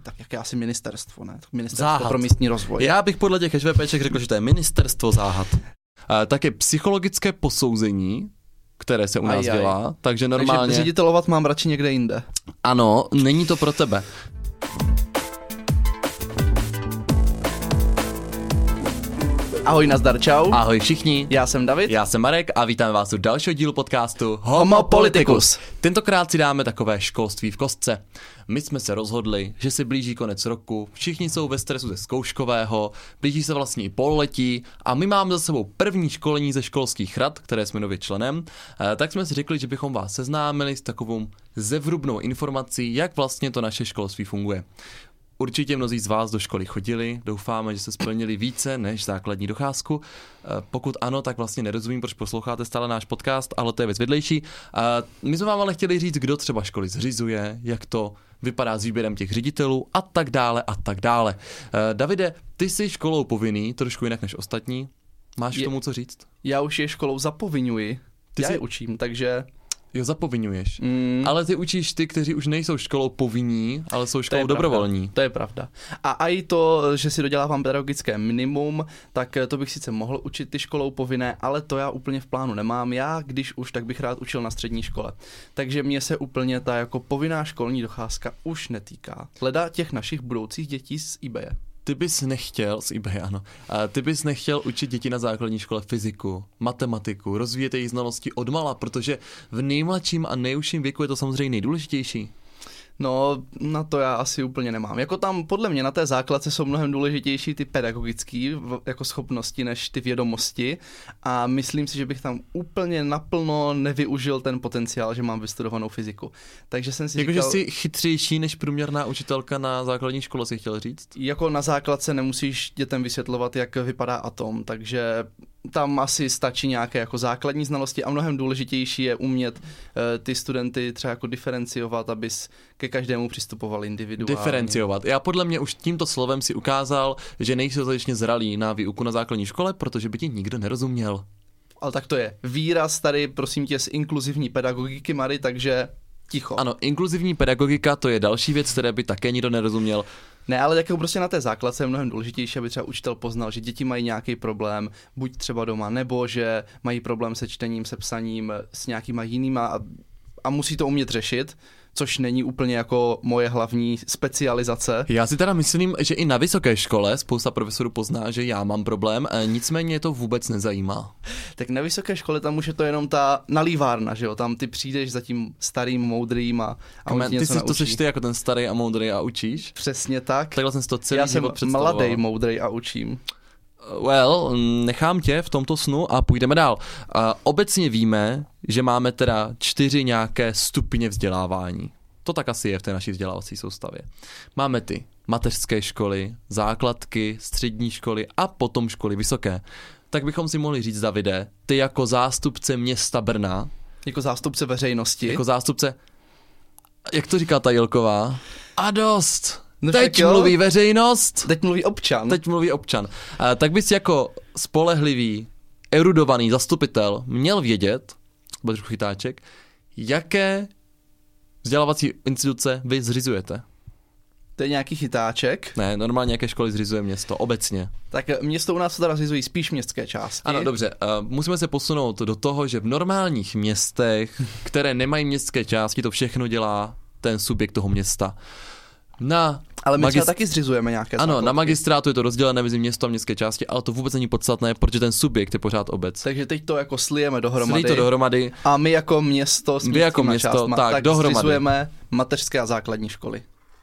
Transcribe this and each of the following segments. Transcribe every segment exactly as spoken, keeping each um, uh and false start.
tak jaké asi ministerstvo, ne? Ministerstvo Záhad. pro místní rozvoj. Já bych podle těch HVPček řekl, že to je ministerstvo záhad. A také psychologické posouzení, které se u nás Ajaj. dělá, takže normálně... Takže ředitelovat mám radši někde jinde. Ano, není to pro tebe. Ahoj, nazdar, čau. Ahoj všichni. Já jsem David. Já jsem Marek a vítáme vás u dalšího dílu podcastu Homo Politicus. Tentokrát si dáme takové školství v kostce. My jsme se rozhodli, že se blíží konec roku, všichni jsou ve stresu ze zkouškového, blíží se vlastně i pololetí a my máme za sebou první školení ze školských rad, které jsme nově členem, tak jsme si řekli, že bychom vás seznámili s takovou zevrubnou informací, jak vlastně to naše školství funguje. Určitě mnozí z vás do školy chodili, doufáme, že se splnili více než základní docházku. Pokud ano, tak vlastně nerozumím, proč posloucháte stále náš podcast, ale to je věc vedlejší. My jsme vám ale chtěli říct, kdo třeba školy zřizuje, jak to vypadá s výběrem těch ředitelů a tak dále a tak dále. Davide, ty jsi školou povinný, trošku jinak než ostatní. Máš k tomu co říct? Já už je školou zapoviňuji. Ty já jsi... je učím, takže... Jo, zapoviňuješ. Mm. Ale ty učíš ty, kteří už nejsou školou povinní, ale jsou školou to dobrovolní. To je pravda. A i to, že si dodělávám pedagogické minimum, tak to bych sice mohl učit ty školou povinné, ale to já úplně v plánu nemám. Já, když už, tak bych rád učil na střední škole. Takže mě se úplně ta jako povinná školní docházka už netýká. Leda těch našich budoucích dětí z í bé é. Ty bys nechtěl, z í bé, ano, a ty bys nechtěl učit děti na základní škole fyziku, matematiku, rozvíjet jejich znalosti odmala, protože v nejmladším a nejužším věku je to samozřejmě nejdůležitější. No, na to já asi úplně nemám. Jako tam podle mě na té základce jsou mnohem důležitější ty pedagogické jako schopnosti než ty vědomosti a myslím si, že bych tam úplně naplno nevyužil ten potenciál, že mám vystudovanou fyziku. Takže jsem si jako, říkal... že jsi chytřejší než průměrná učitelka na základní škole, si chtěl říct? Jako na základce nemusíš dětem vysvětlovat, jak vypadá atom, takže... Tam asi stačí nějaké jako základní znalosti a mnohem důležitější je umět uh, ty studenty třeba jako diferenciovat, abys ke každému přistupoval individuálně. Diferenciovat. Já podle mě už tímto slovem si ukázal, že nejsi dostatečně zralý na výuku na základní škole, protože by ti nikdo nerozuměl. Ale tak to je. Výraz tady, prosím tě, z inkluzivní pedagogiky, Mary, takže ticho. Ano, inkluzivní pedagogika, to je další věc, které by také nikdo nerozuměl. Ne, ale jako prostě na té základce je mnohem důležitější, aby třeba učitel poznal, že děti mají nějaký problém, buď třeba doma, nebo že mají problém se čtením, se psaním, s nějakýma jinýma a, a musí to umět řešit, což není úplně jako moje hlavní specializace. Já si teda myslím, že i na vysoké škole spousta profesorů pozná, že já mám problém, nicméně to vůbec nezajímá. Tak na vysoké škole tam už je to jenom ta nalívárna, že jo, tam ty přijdeš za tím starým, moudrým a, a on ti něco ty naučí. To jsi ty jako ten starý a moudrý a učíš? Přesně tak. Takhle jsem si to celý Já jsem mladý, moudrý a učím. Well, nechám tě v tomto snu a půjdeme dál. Uh, obecně víme, že máme teda čtyři nějaké stupně vzdělávání. To tak asi je v té naší vzdělávací soustavě. Máme ty mateřské školy, základky, střední školy a potom školy vysoké. Tak bychom si mohli říct, Davide, ty jako zástupce města Brna. Jako zástupce veřejnosti. Jako zástupce, jak to říká ta Jilková? A dost! No Teď mluví veřejnost. Teď mluví občan. Teď mluví občan. Uh, tak bys jako spolehlivý, erudovaný zastupitel měl vědět, bude trochu chytáček, jaké vzdělávací instituce vy zřizujete. To je nějaký chytáček? Ne, normálně nějaké školy zřizuje město, obecně. Tak město u nás se teda zřizují spíš městské části. Ano, dobře. Uh, musíme se posunout do toho, že v normálních městech, které nemají městské části, to všechno dělá ten subjekt toho města. Na ale my magist... třeba taky zřizujeme nějaké Ano, základky. Na magistrátu je to rozdělené mezi město a městské části, ale to vůbec není podstatné, protože ten subjekt je pořád obec. Takže teď to jako slijeme dohromady. Slí to dohromady. A my jako město s Vy jako město, částma, tak, tak dohromady. zřizujeme mateřské a základní školy.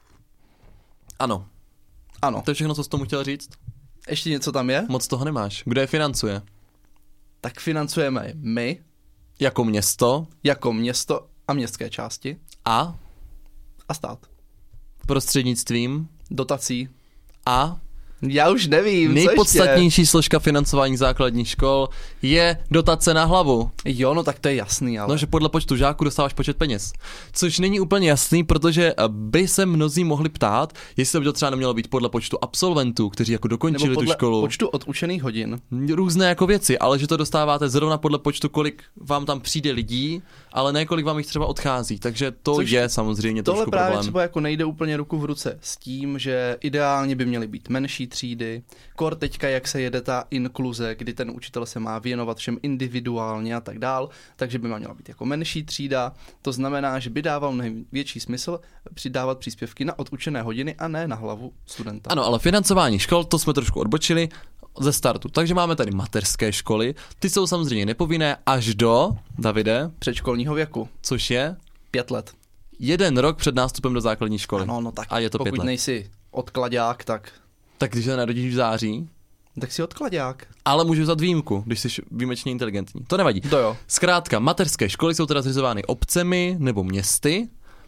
Ano. Ano. To je všechno, co jsi tomu chtěl říct? Ještě něco tam je? Moc toho nemáš. Kdo je financuje? Tak financujeme my. Jako město. Jako město a městské části. A? A stát. Prostřednictvím? Dotací. A? Já už nevím, nejpodstatnější složka financování základních škol je dotace na hlavu. Jo, no tak to je jasný, ale... No, že podle počtu žáků dostáváš počet peněz. Což není úplně jasný, protože by se mnozí mohli ptát, jestli by to třeba nemělo být podle počtu absolventů, kteří jako dokončili Nebo podle tu školu. počtu odučených hodin. Různé jako věci, ale že to dostáváte zrovna podle počtu, kolik vám tam přijde lidí, ale ne kolik vám jich třeba odchází. Takže to Což je samozřejmě trošku tohle právě problém. třeba jako nejde úplně ruku v ruce s tím, že ideálně by měly být menší třídy. Kor teďka, jak se jede ta inkluze, kdy ten učitel se má věnovat všem individuálně a tak dál, takže by měla být jako menší třída. To znamená, že by dával mnohem větší smysl přidávat příspěvky na odučené hodiny a ne na hlavu studenta. Ano, ale financování škol, to jsme trošku odbočili ze startu. Takže máme tady mateřské školy, ty jsou samozřejmě nepovinné až do, Davide, předškolního věku, což je pět let. jeden rok před nástupem do základní školy. Ano, no tak a je to pokud pět let. nejsi odklaďák, tak... Tak když se narodíš v září, tak si odklaďák. ale můžu vzat výjimku, když jsi výjimečně inteligentní. To nevadí. To jo. Zkrátka, mateřské školy jsou teda zřizovány obcemi nebo městy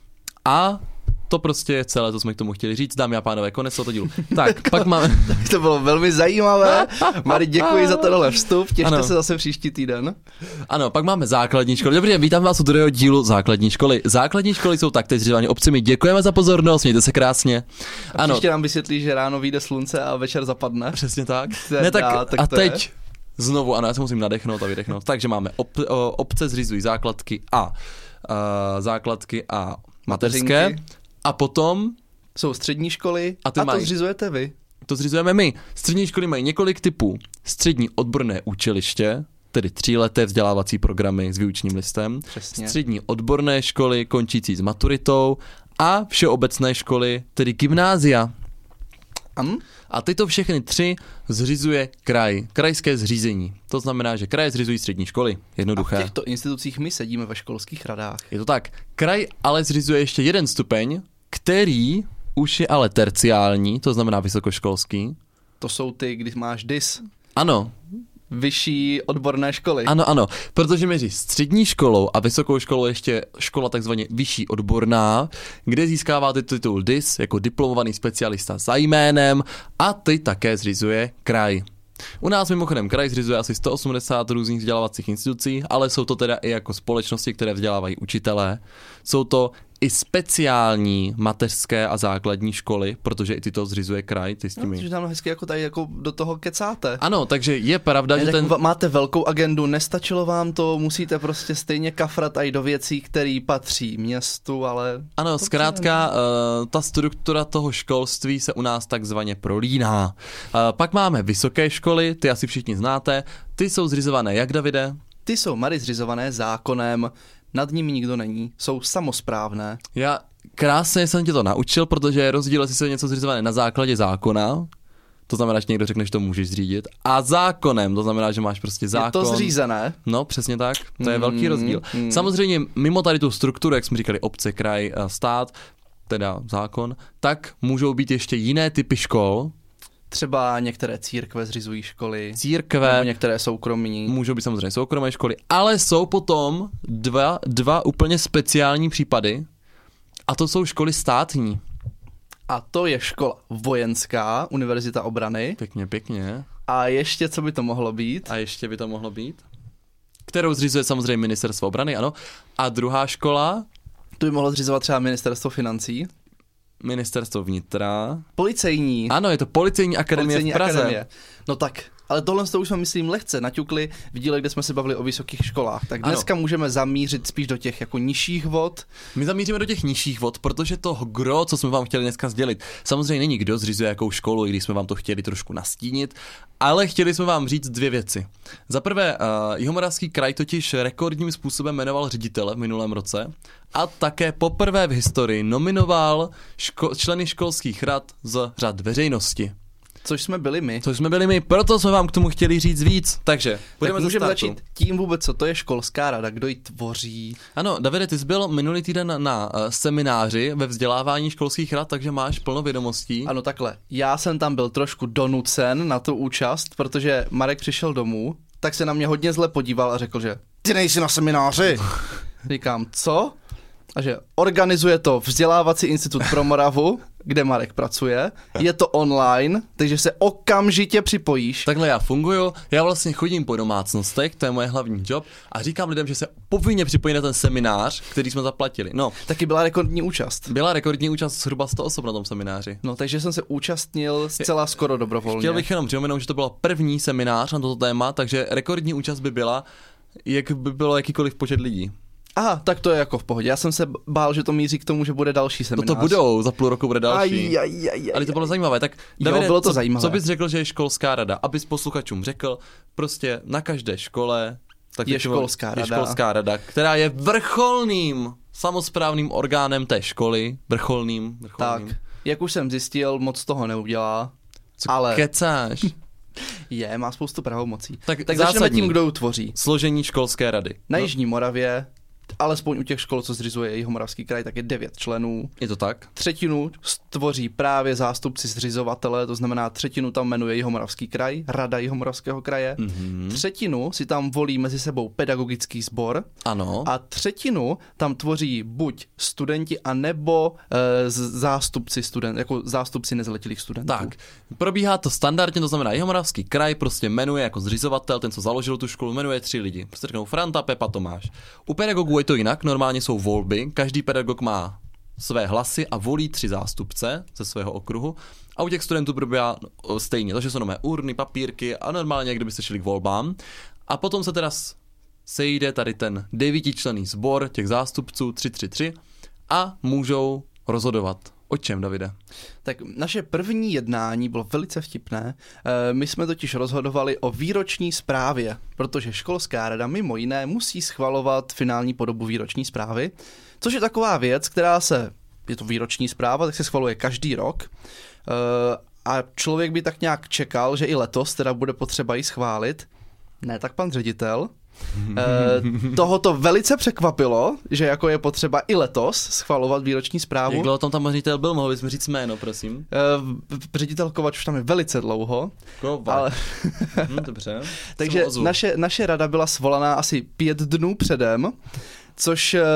a to prostě je celé, co jsme k tomu chtěli říct. Dámy a pánové, konec tohoto dílu. Tak, pak máme... To bylo velmi zajímavé. Mari, děkuji za tenhle vstup. Těšte Ano. se zase příští týden. Ano, pak máme základní školy. Dobrý den, vítám vás u druhého dílu základní školy. Základní školy jsou taktéž zřizovány obcemi. Děkujeme za pozornost, mějte se krásně. A Ano, příště nám vysvětlí, že ráno vyjde slunce a večer zapadne. přesně tak. Teda, Ne, tak, tak a to teď je. znovu, ano, já se musím nadechnout a vydechnout. Takže máme ob, o, obce zřizují základky a uh, základky a mateřské. Mateřinky. A potom Jsou střední školy A a, ty a mají- to zřizujete vy. to zřizujeme my. Střední školy mají několik typů. Střední odborné učiliště, tedy tříleté vzdělávací programy s výučním listem. Přesně. Střední odborné školy končící s maturitou a všeobecné školy, tedy gymnázia. Am? A tyto všechny tři zřizuje kraj, krajské zřízení. To znamená, že kraje zřizují střední školy. A v Jednoduché. těchto institucích my sedíme ve školských radách. Je to tak. Kraj ale zřizuje ještě jeden stupeň, který už je ale terciální, to znamená vysokoškolský. To jsou ty, když máš D I S, Ano, vyšší odborné školy. ano, ano, protože mezi střední školou a vysokou školou ještě škola takzvaně vyšší odborná, kde získáváte titul D I S jako diplomovaný specialista za jménem a ty také zřizuje kraj. U nás mimochodem kraj zřizuje asi sto osmdesát různých vzdělávacích institucí, ale jsou to teda i jako společnosti, které vzdělávají učitelé. Jsou to i speciální mateřské a základní školy, protože i tyto zřizuje kraj, ty s No, těmi. že tam hezky jako tady jako do toho kecáte. Ano, takže je pravda, Ne, že tak ten... va- máte velkou agendu, nestačilo vám to, musíte prostě stejně kafrat i do věcí, které patří městu, ale... Ano, zkrátka, uh, ta struktura toho školství se u nás takzvaně prolíná. Uh, pak máme vysoké školy, ty asi všichni znáte, ty jsou zřizované jak, Davide? Ty jsou, Mary, zřizované zákonem, nad nimi nikdo není, jsou samosprávné. Já krásně jsem tě to naučil, protože je rozdíl, jestli se něco zřizované na základě zákona, to znamená, že někdo řekne, že to můžeš zřídit, a zákonem, to znamená, že máš prostě zákon. Je to zřízené. No, přesně tak, to je Mm, velký rozdíl. mm. Samozřejmě mimo tady tu strukturu, jak jsme říkali, obce, kraj, a stát, teda zákon, tak můžou být ještě jiné typy škol, Třeba některé církve zřizují školy, církve, nebo některé soukromí. můžou být samozřejmě soukromé školy, ale jsou potom dva, dva úplně speciální případy, a to jsou školy státní. A to je škola vojenská, Univerzita obrany. Pěkně, pěkně. A ještě, co by to mohlo být? A ještě by to mohlo být? Kterou zřizuje samozřejmě Ministerstvo obrany, ano. A druhá škola, To by mohlo zřizovat třeba Ministerstvo financí. Ministerstvo vnitra. Policejní. Ano, je to Policejní akademie Policejní v Praze. akademie. No tak, ale tohle to už jsme, myslím, lehce naťukli v díle, kde jsme se bavili o vysokých školách. Tak dneska ano. můžeme zamířit spíš do těch jako nižších vod. My zamíříme do těch nižších vod, protože to gro, co jsme vám chtěli dneska sdělit, samozřejmě není kdo zřizuje jakou školu, i když jsme vám to chtěli trošku nastínit, ale chtěli jsme vám říct dvě věci. Za prvé, uh, Jihomoravský kraj totiž rekordním způsobem jmenoval ředitele v minulém roce a také poprvé v historii nominoval ško- členy školských rad z řad veřejnosti. Což jsme byli my. Což jsme byli my, proto jsme vám k tomu chtěli říct víc. Takže Tak můžeme ze začít tím vůbec, co to je školská rada, kdo ji tvoří. Ano, Davide, ty jsi byl minulý týden na, na uh, semináři ve vzdělávání školských rad, takže máš plno vědomostí. Ano, takhle. Já jsem tam byl trošku donucen na tu účast, protože Marek přišel domů, tak se na mě hodně zle podíval a řekl, že ty nejsi na semináři. Říkám, co? a že organizuje to Vzdělávací institut pro Moravu, kde Marek pracuje. Je to online, takže se okamžitě připojíš. Takhle já funguju, já vlastně chodím po domácnostech, to je moje hlavní job, a říkám lidem, že se povinně připojí na ten seminář, který jsme zaplatili. No, taky byla rekordní účast. Byla rekordní účast zhruba sto osob na tom semináři. No, takže jsem se účastnil zcela skoro dobrovolně. Chtěl bych jenom připomenout, že to byl první seminář na toto téma, takže rekordní účast by byla, jak by bylo jakýkoliv počet lidí. Aha, tak to je jako v pohodě. Já jsem se bál, že to míří k tomu, že bude další seminář. No to budou, za půl roku bude další. Aj, aj, aj, aj. Ale to bylo zajímavé. Tak Davide, jo, bylo to co, zajímavé. Co bys řekl, že je školská rada? Abys posluchačům řekl, prostě na každé škole tak je školská rada. Je školská rada, která je vrcholným samosprávným orgánem té školy. Vrcholným, vrcholným. Tak, jak už jsem zjistil, moc toho neudělá. Co ale... kecáš? Je, má spoustu pravomocí. Tak, tak začneme tím, kdo ji tvoří. Složení školské rady. Na no. Jižní Moravě, alespoň u těch škol, co zřizuje Jihomoravský kraj, tak je devět členů. Je to tak? Třetinu tvoří právě zástupci zřizovatele, to znamená třetinu tam jmenuje Jihomoravský kraj, Rada Jihomoravského kraje. Mm-hmm. Třetinu si tam volí mezi sebou pedagogický sbor. Ano. A třetinu tam tvoří buď studenti, anebo e, zástupci studentů, jako zástupci nezletilých studentů. Tak, probíhá to standardně, to znamená Jihomoravský kraj prostě jmenuje jako zřizovatel, ten, co založil tu školu, jmenuje tři lidi. Prostě řeknou Franta, Pepa, Tomáš. U pedagogů je to jinak, normálně jsou volby, každý pedagog má své hlasy a volí tři zástupce ze svého okruhu a u těch studentů probíhá stejně, takže jsou nové urny, papírky a normálně, kdybyste šli k volbám a potom se teda sejde tady ten devítičlenný sbor těch zástupců tři tři tři a můžou rozhodovat. O čem, Davide? Tak naše první jednání bylo velice vtipné. My jsme totiž rozhodovali o výroční zprávě, protože školská rada mimo jiné musí schvalovat finální podobu výroční zprávy, což je taková věc, která se, je to výroční zpráva, tak se schvaluje každý rok a člověk by tak nějak čekal, že i letos teda bude potřeba ji schválit. Ne, tak pan ředitel. E, toho to velice překvapilo, že jako je potřeba i letos schvalovat výroční zprávu. Jak dlouho tam tam ředitel byl, mohl bys mi říct jméno, prosím? E, ředitel Kovač už tam je velice dlouho. Kovač. Ale... hm, dobře. Takže naše, naše rada byla svolaná asi pět dnů předem, což e,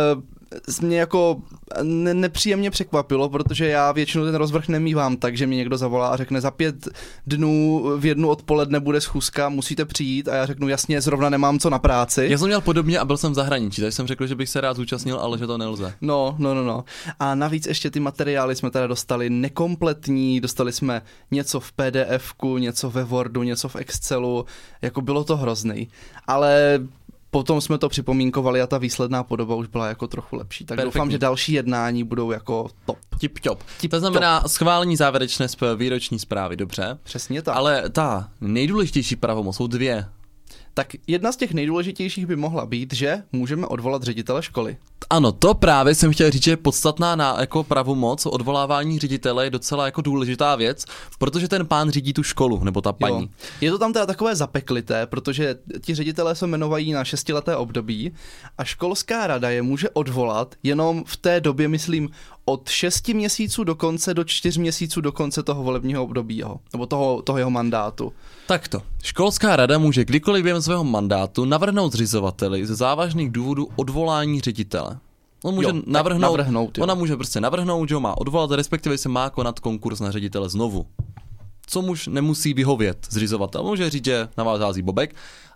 mě jako ne- nepříjemně překvapilo, protože já většinou ten rozvrh nemívám, takže mě někdo zavolá a řekne za pět dnů v jednu odpoledne bude schůzka, musíte přijít a já řeknu jasně, zrovna nemám co na práci. Já jsem měl podobně a byl jsem v zahraničí, takže jsem řekl, že bych se rád zúčastnil, ale že to nelze. No, no, no, no. A navíc ještě ty materiály jsme teda dostali nekompletní, dostali jsme něco v P D F ku, něco ve Wordu, něco v Excelu, jako bylo to hrozný. Ale potom jsme to připomínkovali a ta výsledná podoba už byla jako trochu lepší. Tak Perfektní. Doufám, že další jednání budou jako top. Tip-top. Tip to znamená top. Schválení závěrečné výroční zprávy, dobře. Přesně tak. Ale ta nejdůležitější pravomoc jsou dvě. Tak jedna z těch nejdůležitějších by mohla být, že můžeme odvolat ředitele školy. Ano, to právě jsem chtěl říct, že podstatná na jako pravomoc odvolávání ředitele je docela jako důležitá věc, protože ten pán řídí tu školu, nebo ta paní. Jo. Je to tam teda takové zapeklité, protože ti ředitelé se jmenovají na šestileté období a školská rada je může odvolat jenom v té době, myslím, od šesti měsíců do konce do čtyř měsíců do konce toho volebního období jeho, nebo toho, toho jeho mandátu. Takto. Školská rada může kdykoliv během svého mandátu navrhnout zřizovateli ze závažných důvodů odvolání ředitele. On může jo, navrhnout, navrhnout ona může prostě navrhnout, že ho má odvolat, respektive se má konat konkurs na ředitele znovu. Co muž nemusí vyhovět zřizovatel. Může říct, že na vás hází bobek,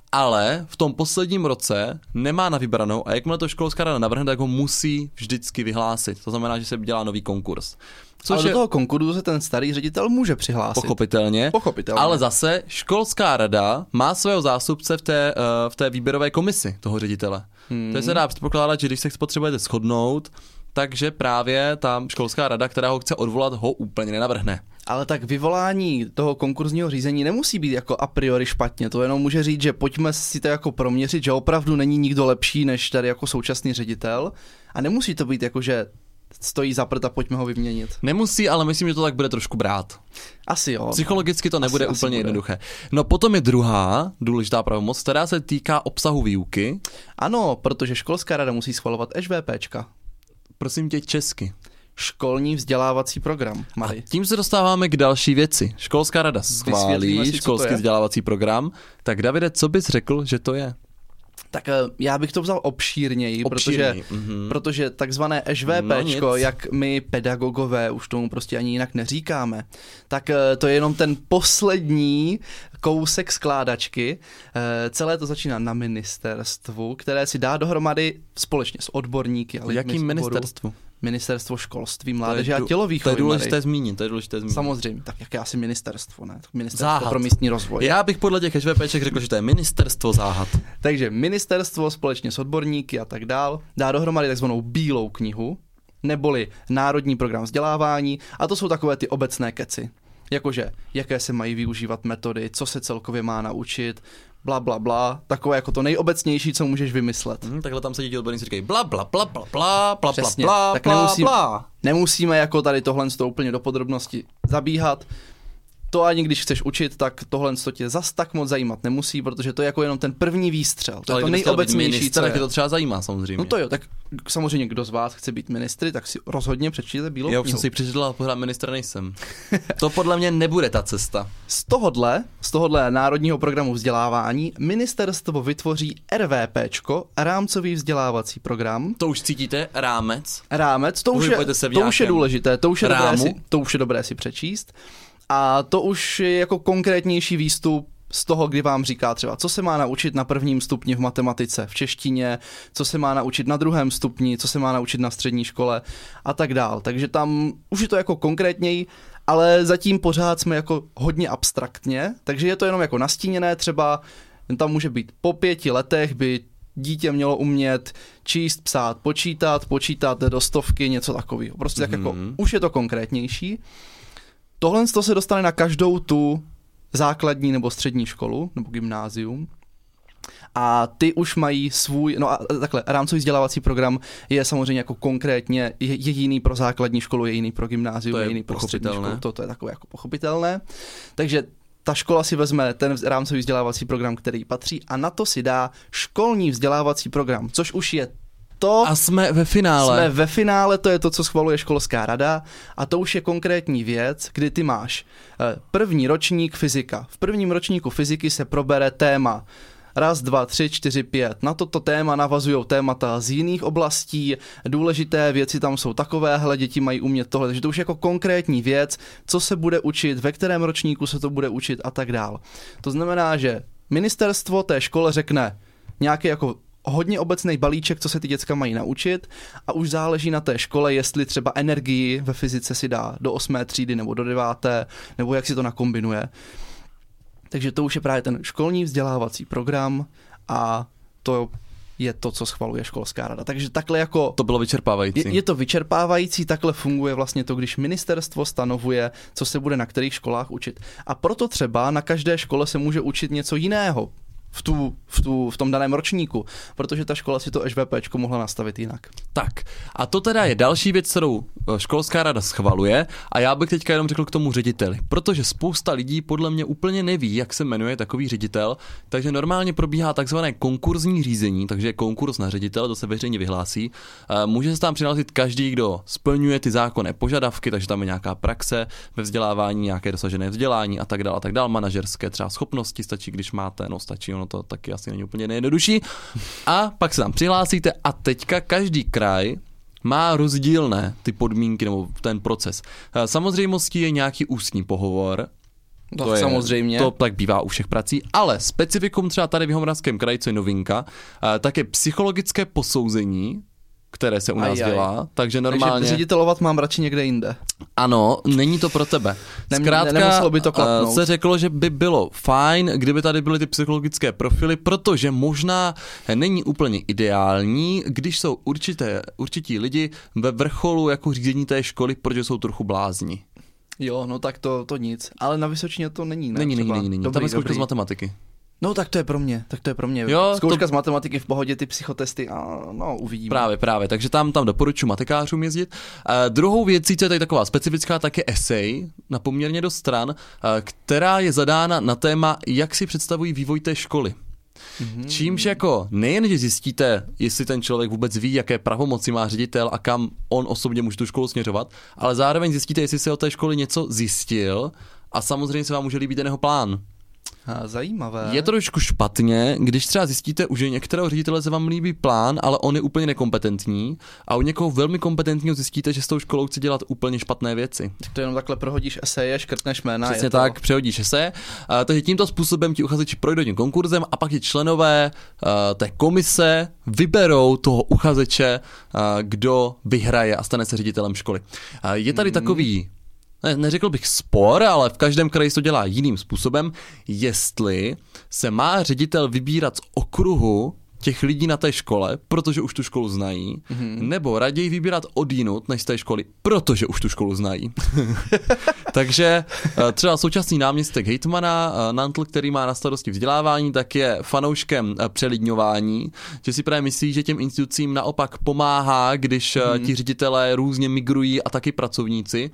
ale v tom posledním roce nemá na vybranou a jakmile to školská rada navrhne, tak ho musí vždycky vyhlásit. To znamená, že se dělá nový konkurs. Což ale je... do toho konkurzu se ten starý ředitel může přihlásit. Pochopitelně. Pochopitelně. Ale zase školská rada má svého zástupce v té, uh, v té výběrové komisi toho ředitele. Hmm. To se dá předpokládat, že když se potřebujete shodnout, takže právě ta školská rada, která ho chce odvolat, ho úplně nenavrhne. Ale tak vyvolání toho konkurzního řízení nemusí být jako a priori špatně. To jenom může říct, že pojďme si to jako proměřit, že opravdu není nikdo lepší než tady jako současný ředitel. A nemusí to být jako, že stojí za prd a pojďme ho vyměnit. Nemusí, ale myslím, že to tak bude trošku brát. Asi jo. Psychologicky to nebude asi, úplně asi jednoduché. No potom je druhá důležitá pravomoc, která se týká obsahu výuky. Ano, protože školská rada musí schvalovat ŠVPčka. Prosím tě česky. Školní vzdělávací program. Mari. A tím se dostáváme k další věci. Školská rada schválí si, školský vzdělávací program. Tak Davide, co bys řekl, že to je? Tak já bych to vzal obšírněji, Obšírněji, protože, mhm. protože takzvané ešvépéčko, No jak my pedagogové už tomu prostě ani jinak neříkáme, tak to je jenom ten poslední kousek skládačky. Celé to začíná na ministerstvu, které si dá dohromady společně s odborníky. A Jakým ministerstvu? Ministerstvo školství, mládeže a To tělovýchovy. je důležité zmínit, to je důležité zmínit. Samozřejmě, tak jaké asi ministerstvo, ne? Ministerstvo Záhad. pro místní rozvoj. Já bych podle těch ešvépéček řekl, že to je ministerstvo záhad. Takže ministerstvo společně s odborníky a tak dál dá dohromady takzvanou bílou knihu, neboli národní program vzdělávání, a to jsou takové ty obecné keci. Jakože, jaké se mají využívat metody, co se celkově má naučit, bla, bla, bla, takové jako to nejobecnější, co můžeš vymyslet. Hmm, takhle tam sedí ti odborníci, říkají bla, bla, bla, bla, bla, bla, Přesně, bla, tak bla, nemusím, bla. nemusíme jako tady tohle z toho úplně do podrobnosti zabíhat. To ani když chceš učit, tak tohle to tě zas tak moc zajímat nemusí, protože to je jako jenom ten první výstřel. To Ale je to kdyby chtěl být nejobecnější, ministr, co je. tak tě to třeba zajímá samozřejmě. No to jo, tak samozřejmě kdo z vás chce být ministry, tak si rozhodně přečtěte bílou Já už knihu. jsem si přečetl, ale pořád ministra nejsem. To podle mě nebude ta cesta. Z tohodle, z tohodle národního programu vzdělávání ministerstvo vytvoří RVPčko, rámcový vzdělávací program. To už cítíte, rámec. Rámec, to už, je, Pohybujete se v to už je nějakém důležité, to už je, dobré rámu. si, to už je dobré si přečíst. A to už je jako konkrétnější výstup z toho, kdy vám říká třeba, co se má naučit na prvním stupni v matematice, v češtině, co se má naučit na druhém stupni, co se má naučit na střední škole a tak dál. Takže tam už je to jako konkrétněji, ale zatím pořád jsme jako hodně abstraktně, takže je to jenom jako nastíněné, třeba tam může být po pěti letech by dítě mělo umět číst, psát, počítat, počítat do stovky, něco takového. Prostě tak jako Mhm. už je to konkrétnější. Tohle se dostane na každou tu základní nebo střední školu, nebo gymnázium. A ty už mají svůj, no a takhle, rámcový vzdělávací program je samozřejmě jako konkrétně, je, je jiný pro základní školu, je jiný pro gymnázium, To je je jiný pro střední pochopitelné. školu, to, to je takové jako pochopitelné. Takže ta škola si vezme ten rámcový vzdělávací program, který patří, a na to si dá školní vzdělávací program, což už je to... A jsme ve finále. Jsme ve finále, to je to, co schvaluje školská rada, a to už je konkrétní věc, kdy ty máš eh, první ročník fyzika. V prvním ročníku fyziky se probere téma raz, dva, tři, čtyři, pět. Na toto téma navazují témata z jiných oblastí, důležité věci tam jsou takovéhle, děti mají umět tohle, takže to už je jako konkrétní věc, co se bude učit, ve kterém ročníku se to bude učit a tak dál. To znamená, že ministerstvo té škole řekne nějaký jako hodně obecný balíček, co se ty děcka mají naučit, a už záleží na té škole, jestli třeba energii ve fyzice si dá do osmé třídy nebo do deváté, nebo jak si to nakombinuje. Takže to už je právě ten školní vzdělávací program a to je to, co schvaluje školská rada. Takže takhle jako... To bylo vyčerpávající. Je, je to vyčerpávající, takhle funguje vlastně to, když ministerstvo stanovuje, co se bude na kterých školách učit. A proto třeba na každé škole se může učit něco jiného v, tu, v, tu, v tom daném ročníku, protože ta škola si to ešvépéčko mohla nastavit jinak. Tak, a to teda je další věc, kterou školská rada schvaluje, a já bych teďka jenom řekl k tomu řediteli, protože spousta lidí podle mě úplně neví, jak se jmenuje takový ředitel, takže normálně probíhá takzvané konkurzní řízení, takže je konkurs na ředitele, to se veřejně vyhlásí. Může se tam přihlásit každý, kdo splňuje ty zákonné požadavky, takže tam je nějaká praxe ve vzdělávání, nějaké dosažené vzdělání a tak dále, a tak dále, manažerské třeba schopnosti, stačí, když máte, no stačí, ono to taky asi není úplně nejjednodušší. A pak se tam přihlásíte a teďka každý kraj má rozdílné ty podmínky nebo ten proces. Samozřejmostí je nějaký ústní pohovor. To, to je, samozřejmě. To tak bývá u všech prací, ale specifikum třeba tady v Jihomoravském kraji, co je novinka, tak je psychologické posouzení, které se u nás Ajaj. dělá, takže normálně... Takže ředitelovat mám radši někde jinde. Ano, není to pro tebe. Zkrátka nemuselo by to klapnout. se řeklo, že by bylo fajn, kdyby tady byly ty psychologické profily, protože možná není úplně ideální, když jsou určité, určití lidi ve vrcholu jako řízení té školy, protože jsou trochu blázni. Jo, no tak to, to nic. Ale na Vysočině to není, ne? Není, není, Třeba. není, není. Dobrý, Tam je zkouška dobrý. z matematiky. No tak to je pro mě, tak to je pro mě. Jo, Zkouška to... z matematiky v pohodě, ty psychotesty, a no uvidíme. Právě, právě, takže tam, tam doporučuji matikářům jezdit. Uh, druhou věcí, co je tady taková specifická, tak je esej na poměrně dost stran, uh, která je zadána na téma, jak si představují vývoj té školy. Mm-hmm. Čímž jako nejen, že zjistíte, jestli ten člověk vůbec ví, jaké pravomoci má ředitel a kam on osobně může tu školu směřovat, ale zároveň zjistíte, jestli se o té školy něco zjistil, a samozřejmě se vám může líbit ten jeho plán. A, zajímavé. Je to trošku špatně, když třeba zjistíte, že některého ředitele se vám líbí plán, ale on je úplně nekompetentní a u někoho velmi kompetentního zjistíte, že s tou školou chce dělat úplně špatné věci. Tak to jenom takhle prohodíš eseje, škrtneš jména. Přesně tak, to... přehodíš eseje. A, takže tímto způsobem ti uchazeči projdou tím konkurzem a pak ti členové a, té komise vyberou toho uchazeče, a, kdo vyhraje a stane se ředitelem školy. A, je tady hmm. takový Ne, neřekl bych spor, ale v každém kraji se to dělá jiným způsobem, jestli se má ředitel vybírat z okruhu těch lidí na té škole, protože už tu školu znají, mm-hmm. nebo raději vybírat odjinud než z té školy, protože už tu školu znají. Takže třeba současný náměstek hejtmana Nantl, který má na starosti vzdělávání, tak je fanouškem přelidňování, že si právě myslí, že těm institucím naopak pomáhá, když mm. ti ředitelé různě migrují a taky pracovníci,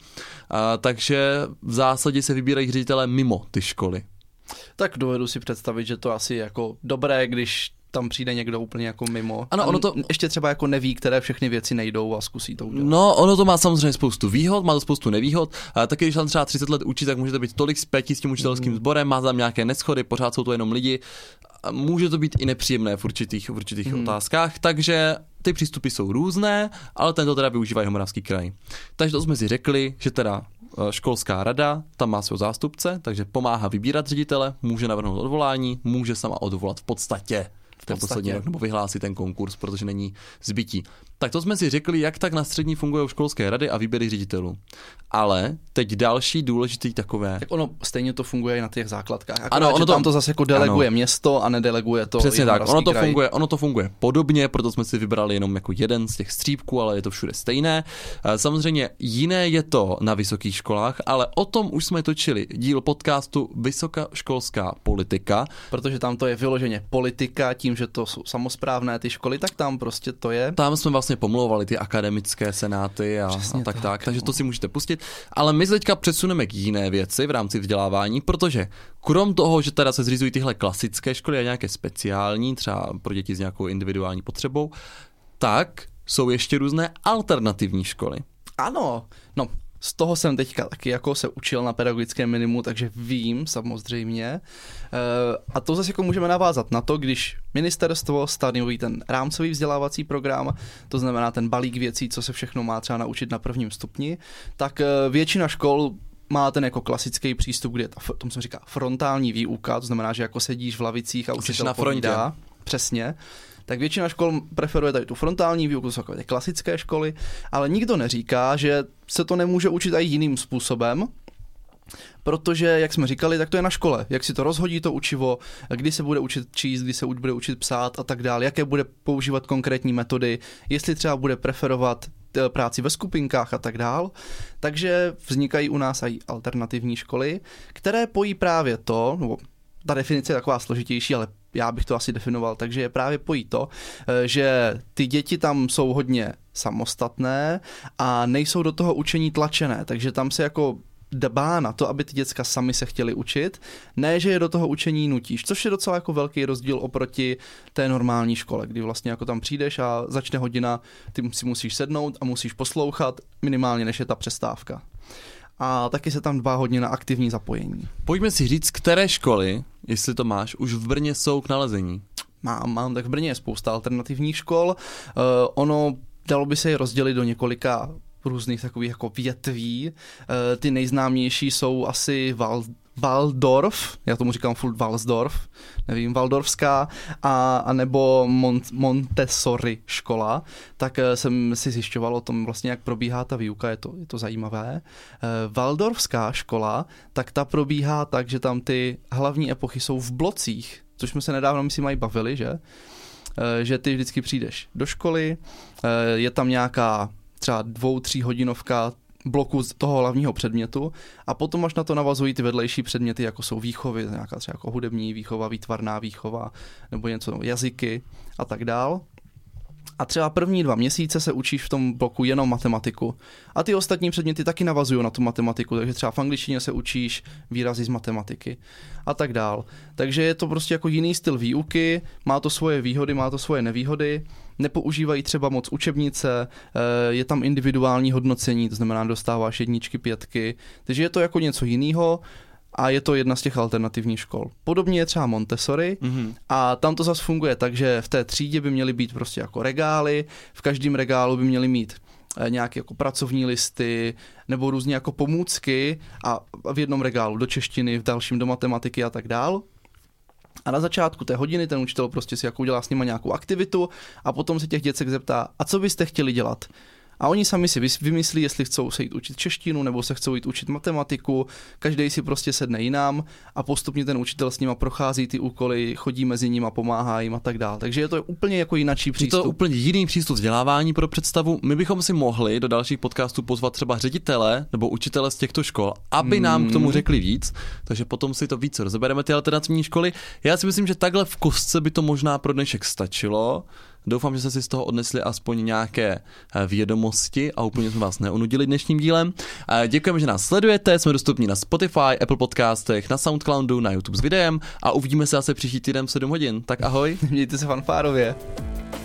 takže v zásadě se vybírají ředitelé mimo ty školy. Tak dovedu si představit, že to asi jako dobré, když tam přijde někdo úplně jako mimo. Ano, ono to ještě třeba jako neví, které všechny věci nejdou a zkusí to udělat. No, ono to má samozřejmě spoustu výhod, má to spoustu nevýhod. A taky když tam třeba třicet let učí, tak můžete být tolik zpětí s tím učitelským sborem, má tam nějaké neschody, pořád jsou to jenom lidi. A může to být i nepříjemné v určitých, v určitých hmm. otázkách, takže ty přístupy jsou různé, ale tento teda využívá Jihomoravský kraj. Takže to jsme si řekli, že teda školská rada tam má svého zástupce, takže pomáhá vybírat ředitele, může navrhnout odvolání, může sama odvolat v podstatě v ten poslední rok, nebo vyhlásit ten konkurs, protože není zbytí. Tak to jsme si řekli, jak tak na střední fungují školské rady a výběry ředitelů. Ale teď další důležitý takové. Tak ono stejně to funguje i na těch základkách. Akorát, ano, ono to tam to zase jako deleguje ano. město a nedeleguje to. Přesně tak, ono to, funguje, ono to funguje podobně, proto jsme si vybrali jenom jako jeden z těch střípků, ale je to všude stejné. Samozřejmě jiné je to na vysokých školách, ale o tom už jsme točili díl podcastu Vysokoškolská politika. Protože tam to je vyloženě politika, tím, že to jsou samosprávné ty školy, tak tam prostě to je. Tam jsme vlastně pomlouvali ty akademické senáty a, a tak, tak, tak, takže to si můžete pustit. Ale my se teďka přesuneme k jiné věci v rámci vzdělávání, protože krom toho, že teda se zřizují tyhle klasické školy a nějaké speciální, třeba pro děti s nějakou individuální potřebou, tak jsou ještě různé alternativní školy. Ano, no. Z toho jsem teďka taky jako se učil na pedagogickém minimu, takže vím samozřejmě. A to zase jako můžeme navázat na to, když ministerstvo stanoví ten rámcový vzdělávací program, to znamená ten balík věcí, co se všechno má třeba naučit na prvním stupni, tak většina škol má ten jako klasický přístup, kde je ta, tomu se říká frontální výuka, to znamená, že jako sedíš v lavicích a učitel na frontě. Povídá. Přesně. Tak většina škol preferuje tady tu frontální výuku, to jsou takové klasické školy, ale nikdo neříká, že se to nemůže učit i jiným způsobem, protože, jak jsme říkali, tak to je na škole. Jak si to rozhodí to učivo, kdy se bude učit číst, kdy se bude učit psát a tak dále, jaké bude používat konkrétní metody, jestli třeba bude preferovat práci ve skupinkách a tak dál. Takže vznikají u nás i alternativní školy, které pojí právě to, nebo ta definice je taková složitější, ale já bych to asi definoval, takže je právě pojí to, že ty děti tam jsou hodně samostatné a nejsou do toho učení tlačené, takže tam se jako dbá na to, aby ty děcka sami se chtěli učit, ne, že je do toho učení nutíš, což je docela jako velký rozdíl oproti té normální škole, kdy vlastně jako tam přijdeš a začne hodina, ty si musíš sednout a musíš poslouchat minimálně, než je ta přestávka. A taky se tam dbá hodně na aktivní zapojení. Pojďme si říct, které školy, jestli to máš, už v Brně jsou k nalezení. Mám, mám, tak v Brně je spousta alternativních škol. Uh, ono, dalo by se je rozdělit do několika různých takových jako větví. Uh, ty nejznámější jsou asi Val, Waldorf, já tomu říkám furt Walsdorf, nevím, Waldorfská, a, a nebo Mont, Montessori škola, tak jsem si zjišťoval o tom vlastně, jak probíhá ta výuka, je to, je to zajímavé. Uh, Waldorfská škola, tak ta probíhá tak, že tam ty hlavní epochy jsou v blocích, což jsme se nedávno, my si mají bavili, že? Uh, že ty vždycky přijdeš do školy, uh, je tam nějaká třeba dvou, tří hodinovka bloku z toho hlavního předmětu a potom až na to navazují ty vedlejší předměty, jako jsou výchovy, nějaká třeba jako hudební výchova, výtvarná výchova, nebo něco, jazyky a tak dál. A třeba první dva měsíce se učíš v tom bloku jenom matematiku. A ty ostatní předměty taky navazují na tu matematiku, takže třeba v angličtině se učíš výrazy z matematiky a tak dál. Takže je to prostě jako jiný styl výuky, má to svoje výhody, má to svoje nevýhody, nepoužívají třeba moc učebnice, je tam individuální hodnocení, to znamená dostáváš jedničky, pětky, takže je to jako něco jiného. a je to jedna z těch alternativních škol. Podobně je třeba Montessori mm-hmm. a tam to zase funguje tak, že v té třídě by měly být prostě jako regály, v každém regálu by měly mít nějaké jako pracovní listy nebo různě jako pomůcky a v jednom regálu do češtiny, v dalším do matematiky a tak dál. A na začátku té hodiny ten učitel prostě si jako udělá s nima nějakou aktivitu a potom se těch děcek zeptá, a co byste chtěli dělat? A oni sami si vymyslí, jestli chcou se jít učit češtinu nebo se chcou jít učit matematiku, každý si prostě sedne jinam a postupně ten učitel s nima prochází ty úkoly, chodí mezi nimi a pomáhá jim a tak dále. Takže je to úplně jako jinačí přístup. Je to úplně jiný přístup vzdělávání pro představu. My bychom si mohli do dalších podcastů pozvat třeba ředitele nebo učitele z těchto škol, aby hmm. nám k tomu řekli víc, takže potom si to víc rozebereme ty alternativní školy. Já si myslím, že takhle v kostce by to možná pro dnešek stačilo. Doufám, že jste si z toho odnesli aspoň nějaké vědomosti a úplně jsme vás neunudili dnešním dílem. Děkujeme, že nás sledujete, jsme dostupní na Spotify, Apple Podcastech, na Soundcloudu, na YouTube s videem a uvidíme se zase příští týden v sedm hodin. Tak ahoj. Mějte se fanfárově.